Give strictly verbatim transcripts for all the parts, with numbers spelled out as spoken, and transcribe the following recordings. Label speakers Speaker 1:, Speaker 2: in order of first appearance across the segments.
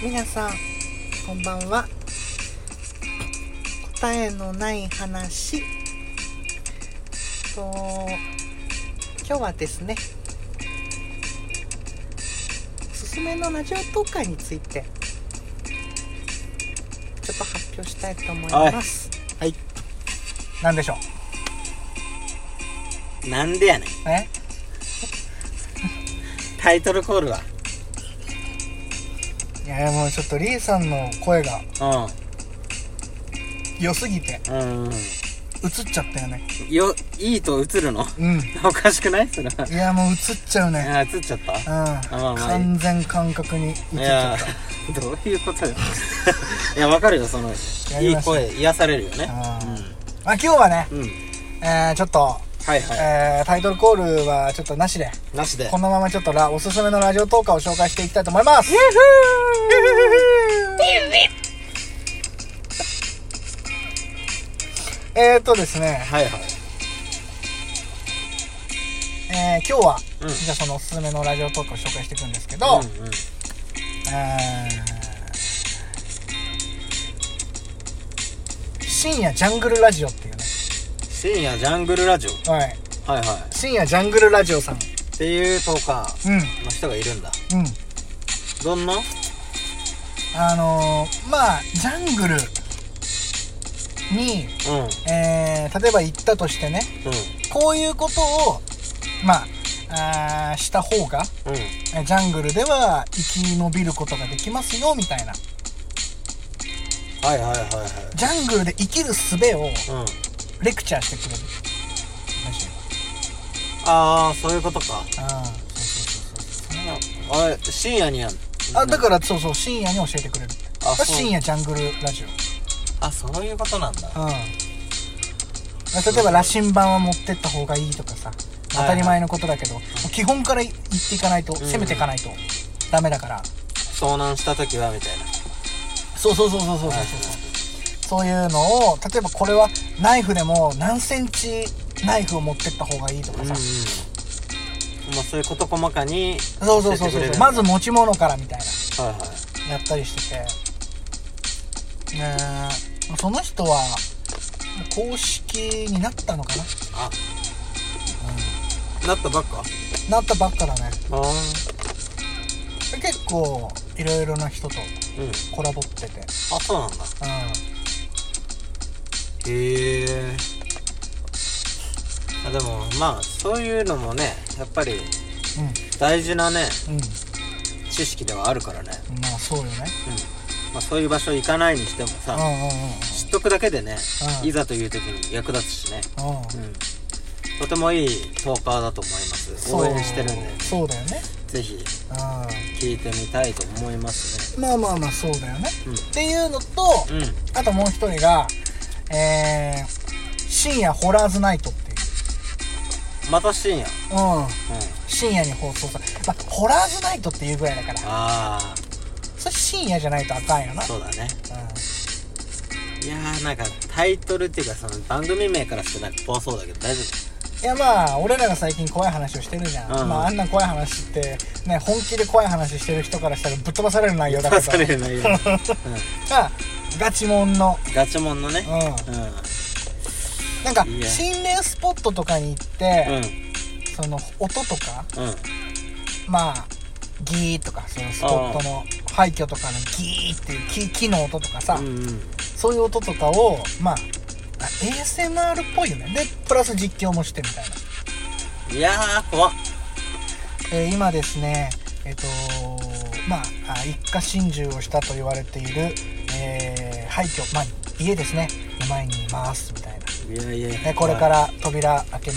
Speaker 1: 皆さんこんばんは。答えのない話と今日はですね、おすすめのラジオトーカーについてちょっと発表したいと思います。はい、はい、何でしょ
Speaker 2: う。なんでやねん。
Speaker 1: え
Speaker 2: タイトルコールは。
Speaker 1: いやもうちょっとリーさんの声が良すぎて
Speaker 2: うん、うん、
Speaker 1: 映っちゃったよね。
Speaker 2: よ、いいと映るの？
Speaker 1: うん。
Speaker 2: おかしくない？それは。
Speaker 1: いやもう映っちゃうね。
Speaker 2: あ、映っちゃった？
Speaker 1: うん。まあまあ、完全感覚に映っちゃった。
Speaker 2: どういうことよ。いや、わかるよ、そのいい声癒されるよね。
Speaker 1: あ、うん、まあ今日はね、うん、えー、ちょっとはいはい、えー、タイトルコールはちょっとなしで
Speaker 2: なしでこ
Speaker 1: のままちょっとラおすすめのラジオトーカーを紹介していきたいと思います。えーっとですね、
Speaker 2: はいはい、
Speaker 1: えー、今日は、うん、じゃあそのおすすめのラジオトーカーを紹介していくんですけど、うんうん、えー、深夜ジャングルラジオっていうね、
Speaker 2: 深夜ジャングルラジオ、
Speaker 1: はい、
Speaker 2: はいはい、
Speaker 1: 深夜ジャングルラジオさん
Speaker 2: っていうトーカーの人がいるんだ。
Speaker 1: うん。
Speaker 2: どんな？
Speaker 1: あのー、まあジャングルに、うん、えー、例えば行ったとしてね、うん、こういうことをまあ、あした方が、うん、ジャングルでは生き延びることができますよみたいな。
Speaker 2: はいはいはいはい。
Speaker 1: ジャングルで生きる術を、うん、レクチャーしてくれる。
Speaker 2: ああ、そういうことか。
Speaker 1: ああ、そうそうそうそう。
Speaker 2: あれ、深夜にやん。
Speaker 1: あ、だからそうそう、深夜に教えてくれる。あ、深夜ジャングルラジオ。
Speaker 2: あ、そういうことなんだ。
Speaker 1: うん。例えば羅針盤を持ってった方がいいとかさ、当たり前のことだけど、はいはい、基本から言っていかないと、うん、攻めていかないとダメだから。
Speaker 2: 遭難した時はみたいな。
Speaker 1: そうそうそうそうそうそうそう。はいはい、そういうのを、例えばこれはナイフでも何センチナイフを持ってった方がいいとかさ、うんうん、
Speaker 2: まあ、そういう事細かに
Speaker 1: そうそうそうそう、まず持ち物からみたいな、
Speaker 2: はいはい、
Speaker 1: やったりしててね。その人は公式になったのかな。
Speaker 2: あ、うん、なったばっか
Speaker 1: なったばっかだね。
Speaker 2: あ、
Speaker 1: 結構いろいろな人とコラボってて、うん、
Speaker 2: あ、そうなんだ。
Speaker 1: うん、
Speaker 2: へえ。でもまあそういうのもね、やっぱり大事なね、うん、知識ではあるからね。
Speaker 1: まあそうよね、うん、
Speaker 2: まあ、そういう場所行かないにしてもさ、うんうんうん、知っとくだけでね、うん、いざという時に役立つしね、うんうん、とてもいいトーカーだと思います。応援してるんで。
Speaker 1: そうだよね、
Speaker 2: ぜひ聞いてみたいと思います
Speaker 1: ね。まあまあまあそうだよね、うん、っていうのと、うん、あともう一人が、えー、深夜ホラーズナイトっていう。
Speaker 2: また深夜、
Speaker 1: うん、うん、深夜に放送され、まあ、ホラーズナイトっていうぐらいだから、ああ、それ深夜じゃないとあかんよな。
Speaker 2: そうだね、うん、いやー、なんかタイトルっていうかその番組名からしてなんか怖そうだけど大丈夫？
Speaker 1: いやまあ俺らが最近怖い話をしてるじゃん、うん、まああんな怖い話ってね、本気で怖い話してる人からしたらぶっ飛ばされる内容だから、
Speaker 2: ぶっ飛ばされる内容、うん、
Speaker 1: あ、ガチモンの
Speaker 2: ガチモンのね、うん、うん、
Speaker 1: なんか心霊スポットとかに行って、うん、その音とか、うん、まあギーとか、そのスポットの廃墟とかのギーっていう 木, 木の音とかさ、うんうん、そういう音とかをまあ エーエスエムアール っぽいよね。でプラス実況もしてみたいな。
Speaker 2: いやー怖っ、
Speaker 1: えー、今ですね、えっ、ー、とまあ一家心中をしたと言われている、えー、廃墟、まあ家ですねの前にいますみたいな。
Speaker 2: いやいや、
Speaker 1: ね、これから扉開けます、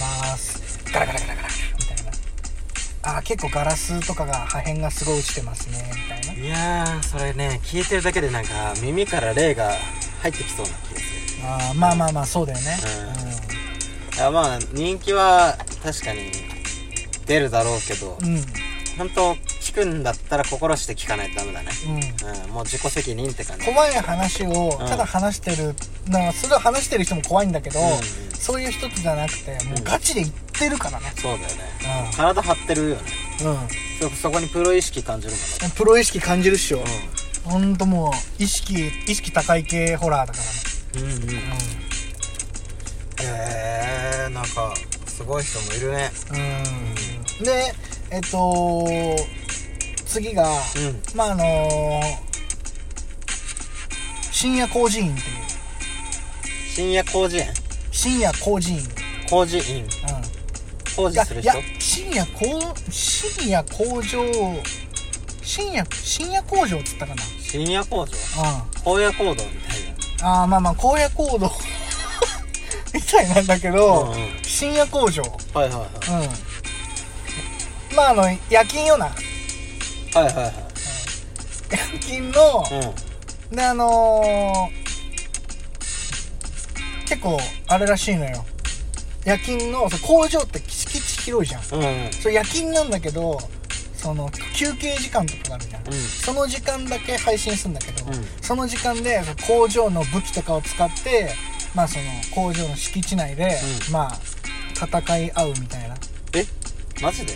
Speaker 1: ガラガラガラガラみたいな。あー、結構ガラスとかが破片がすごい落ちてますねみたいな。
Speaker 2: いやー、それね、聞いてるだけでなんか耳から霊が入ってきそうな気がする。
Speaker 1: あ、まあまあまあそうだよね、
Speaker 2: うんうん、いやまあ人気は確かに出るだろうけど、うん、本当聞くんだったら心して聞かないとダメだね、うんうん、もう自己責任って感じ。
Speaker 1: 怖い話をただ話してる、うん、なんかそれを話してる人も怖いんだけど、うんうん、そういう人じゃなくてもうガチで言ってるからね、
Speaker 2: うん、そうだよね、うん、体張ってるよね、うん、そ, そこにプロ意識感じるもんね。
Speaker 1: プロ意識感じるっしょ、うん、 ほんともう意識意識高い系ホラーだからね。うんうん、うん、
Speaker 2: えー、なんかすごい人もいるね。
Speaker 1: うん。でえっと次が、うん、まああのー、深夜広辞院っていう。
Speaker 2: 深夜広辞苑
Speaker 1: 深夜広辞院
Speaker 2: 広辞院、うん、工事する人。いや
Speaker 1: 深夜工深夜工場深夜深夜工場っつったかな。
Speaker 2: 深夜工場、うん、荒野行動みたい
Speaker 1: な。ああまあまあ荒野行動みたいなんだけど、うんうん、深夜工場。
Speaker 2: はいはいはい。
Speaker 1: うん。まああの夜勤よな。
Speaker 2: はいはいはい。うん、
Speaker 1: 夜勤の、うん、であのー、結構あれらしいのよ。夜勤の工場って敷地広いじゃん。うんうん、それ夜勤なんだけど。その休憩時間とかがあるじゃん、うん、その時間だけ配信するんだけど、うん、その時間で工場の武器とかを使ってまあその工場の敷地内で、うん、まあ戦い合うみたいな。
Speaker 2: えマジで？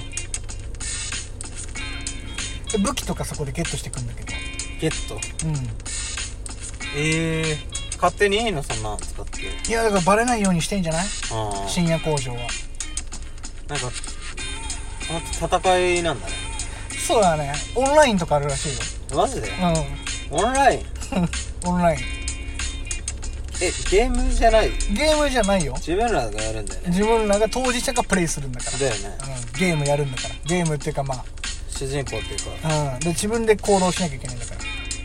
Speaker 1: うんで武器とかそこでゲットしてくんだけど。
Speaker 2: ゲット？うんえー勝手にいいのそんな使って。
Speaker 1: いやだからバレないようにしてんじゃない？深夜工場は
Speaker 2: なんか戦いなんだね。
Speaker 1: そうだね。オンラインとかあるらしいよ。
Speaker 2: マジで？うん。オンライン
Speaker 1: オンライン。
Speaker 2: え、ゲームじゃない？
Speaker 1: ゲームじゃないよ。
Speaker 2: 自分らがやるんだよね。
Speaker 1: 自分らが当事者がプレイするんだから。
Speaker 2: だよね。
Speaker 1: うん。ゲームやるんだから。ゲームっていうかまあ
Speaker 2: 主人公っていうか。
Speaker 1: うん。で自分で行動しなきゃいけないんだから。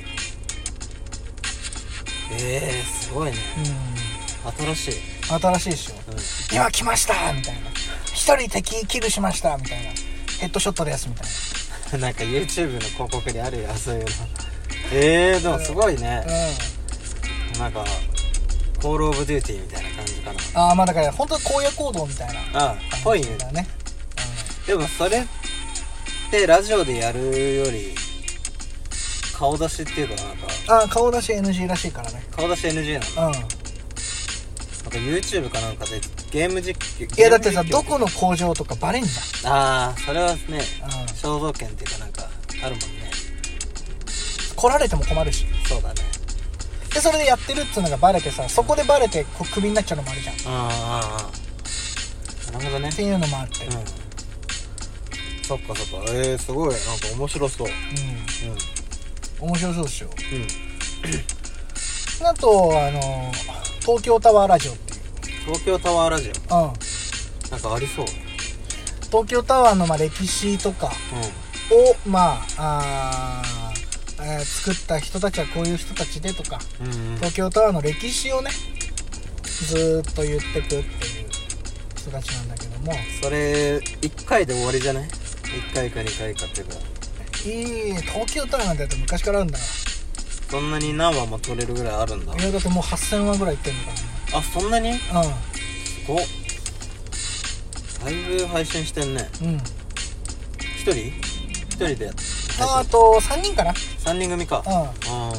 Speaker 2: えー、すごいね。うん。新しい。
Speaker 1: 新しいっしょ。うん、今来ましたみたいな。一人敵キルしましたみたいな。ヘッドショットですみたい
Speaker 2: な。なんか YouTube の広告にあるよそういうの。えーでもすごいね。うん。なんかコールオブデューティーみたいな感じかな。
Speaker 1: ああまあだから本当は荒野行動みたいな。
Speaker 2: ああぽいね。だね。うん。でもそれってラジオでやるより顔出しっていうかなんか。
Speaker 1: ああ顔出し エヌジー らしいからね。
Speaker 2: 顔出し エヌジー なんだ。うん。なんか YouTube かなんかでゲーム実況。
Speaker 1: いやだってさどこの工場とかバレんじ
Speaker 2: ゃん。ああそれはね、うん、肖像権っていうかなんかあるもんね。
Speaker 1: 来られても困るし。
Speaker 2: そうだね。
Speaker 1: でそれでやってるっつうのがバレてさそこでバレてこうクビになっちゃうのもあるじゃん。
Speaker 2: ああなるほどね。
Speaker 1: っていうのもあって、うん、
Speaker 2: そっかそっか。えー、すごいなんか面白そう。うん、
Speaker 1: うん、面白そうでしょ。うんあとあの東京タワーラジオっていう。
Speaker 2: 東京タワーラジオ。うん。なんかありそう。
Speaker 1: 東京タワーのまあ歴史とかを、うん、まあ、あ、えー、作った人たちはこういう人たちでとか、うんうん、東京タワーの歴史をねずーっと言ってくっていう人たちなんだけども。
Speaker 2: それいっかいで終わりじゃない？いっかいかにかいかっていうか。
Speaker 1: いい東京タワーなんてだって昔からあるんだから。
Speaker 2: そんなに何話も撮れるぐらいあるんだ。
Speaker 1: いやだってもうはっせんわぐらいいってんのかな。
Speaker 2: あ、そんなに？うん。すごっ。だいぶ配信してんね。うん。一人？一人でやって。
Speaker 1: あ、あとさんにんかな。
Speaker 2: さんにん組か。うん。ああ。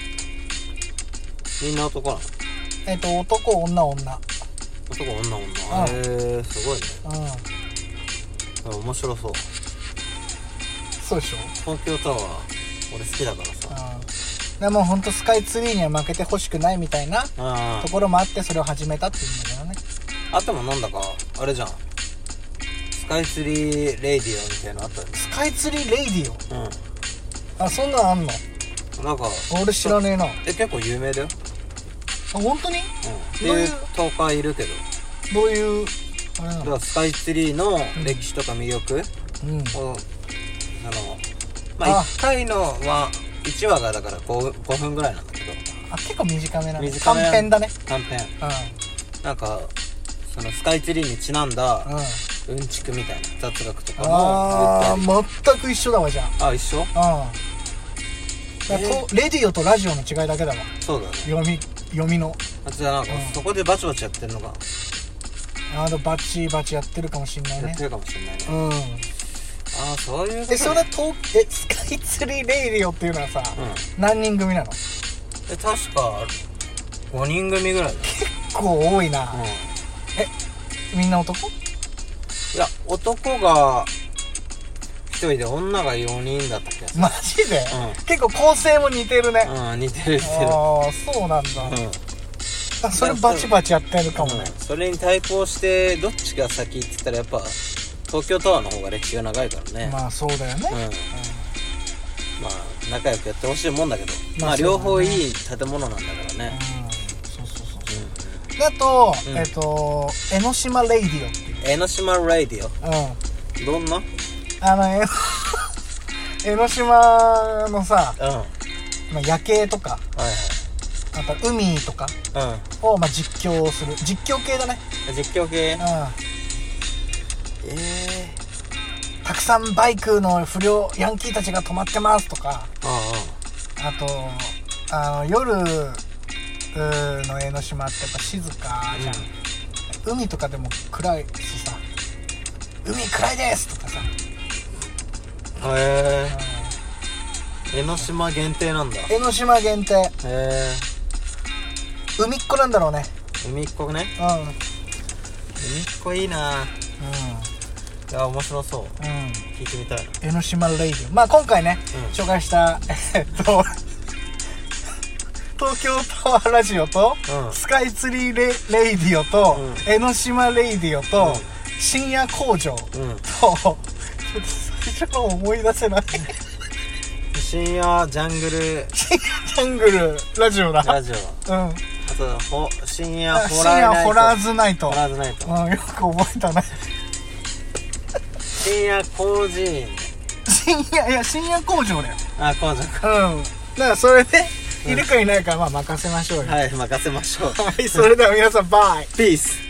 Speaker 2: みんな男なの？
Speaker 1: えっと男女女。
Speaker 2: 男女女。へえ、すごいね。うん。面白そう。
Speaker 1: そうでしょ。
Speaker 2: 東京タワー俺好きだからさ。
Speaker 1: でもほんとスカイツリーには負けてほしくないみたいなところもあってそれを始めたっていうんだけどね。
Speaker 2: あともなんだかあれじゃんスカイツリーレイディオみたいなのあったよね。
Speaker 1: スカイツリーレイディオ。うん。あそんなんあんの？
Speaker 2: なんか
Speaker 1: 俺知らねえな。
Speaker 2: え結構有名だよ。
Speaker 1: あ本当に？うん。
Speaker 2: っていうトーカーいるけど。
Speaker 1: どういうあれなの？だ
Speaker 2: からスカイツリーの歴史とか魅力を、うん、あのまあいっかいのはいちわがだから 5, ごふんぐらいなんだけど。
Speaker 1: あ結構短めなの。短編だね。
Speaker 2: 短編。うん。なんかそのスカイツリーにちなんだうんちくみたいな雑学とかも
Speaker 1: あー全く一緒だわじゃ
Speaker 2: あ。あ一緒？うん。
Speaker 1: だとレディオとラジオの違いだけだわ。
Speaker 2: そうだね。
Speaker 1: 読み読みの。
Speaker 2: あじゃあなんか、うん、そこでバチバチやってるのが。
Speaker 1: あのバチバチやってるかもしんないね。
Speaker 2: やってるかもしんないね。うん。ああそういうこと、ね、
Speaker 1: えそれとえスカイツリーレイディオっていうのはさ、うん、何人組なの？
Speaker 2: え確かごにん組ぐらいだ。
Speaker 1: 結構多いな、うん、えみんな男？
Speaker 2: いや男が人で女がよにんだった気がする。
Speaker 1: マジで、うん、結構構成も似てるね。
Speaker 2: うん、似てる似てる。
Speaker 1: ああ、そうなんだ。うん、それバチバチやってるかもね、
Speaker 2: うん、それに対抗してどっちが先って言ったらやっぱ東京タワーの方が歴史が長いからね。
Speaker 1: まあそうだよね、うんうん、
Speaker 2: まあ仲良くやってほしいもんだけど、まあ、まあ両方いい建物なんだからね、
Speaker 1: うん、そうそうそうそう、うん、であと、うん、えっ、ー、と江ノ島レイディオっていう
Speaker 2: 江ノ島レイディオ、うん、どんな
Speaker 1: あの江ノ島のさ、うん、まあ、夜景とか、はいはい、あと海とかを、まあ、実況する実況系だね。
Speaker 2: 実況系、うん、
Speaker 1: えー、たくさんバイクの不良ヤンキーたちが止まってますとか、ああとあの夜の江ノ島ってやっぱ静かじゃん、うん、海とかでも暗いしさ、海暗いですとかさ、
Speaker 2: へえ、江ノ島限定なんだ。
Speaker 1: 江ノ島限定。へ
Speaker 2: え、
Speaker 1: 海っ子なんだろうね。
Speaker 2: 海っ子ね。うん、海っ子いいな。うん、いや面白そう、うん、聞いてみたいな。
Speaker 1: 江ノ島レイディオ、まあ今回ね、うん、紹介したえっと東京タワーラジオと、うん、スカイツリー レ, レイディオと、うん、江ノ島レイディオと、うん、深夜工場と、うん、ちょっと最初から思い出せない
Speaker 2: 深夜ジャングル
Speaker 1: 深夜ジャングルラジオだ。
Speaker 2: ラジオ、うん、あとほ深夜ホラーナイト、深
Speaker 1: 夜ホラーズナイト、
Speaker 2: ホラーズナイト、
Speaker 1: うん、よく覚えたね
Speaker 2: 深夜工事員、
Speaker 1: 深夜、いや深夜工場だよ。
Speaker 2: あ、工場
Speaker 1: か。うん、だからそれでいるかいないか、まあ任せましょうよ。
Speaker 2: はい、任せましょう。
Speaker 1: はい、それでは皆さんバイ。
Speaker 2: ピース。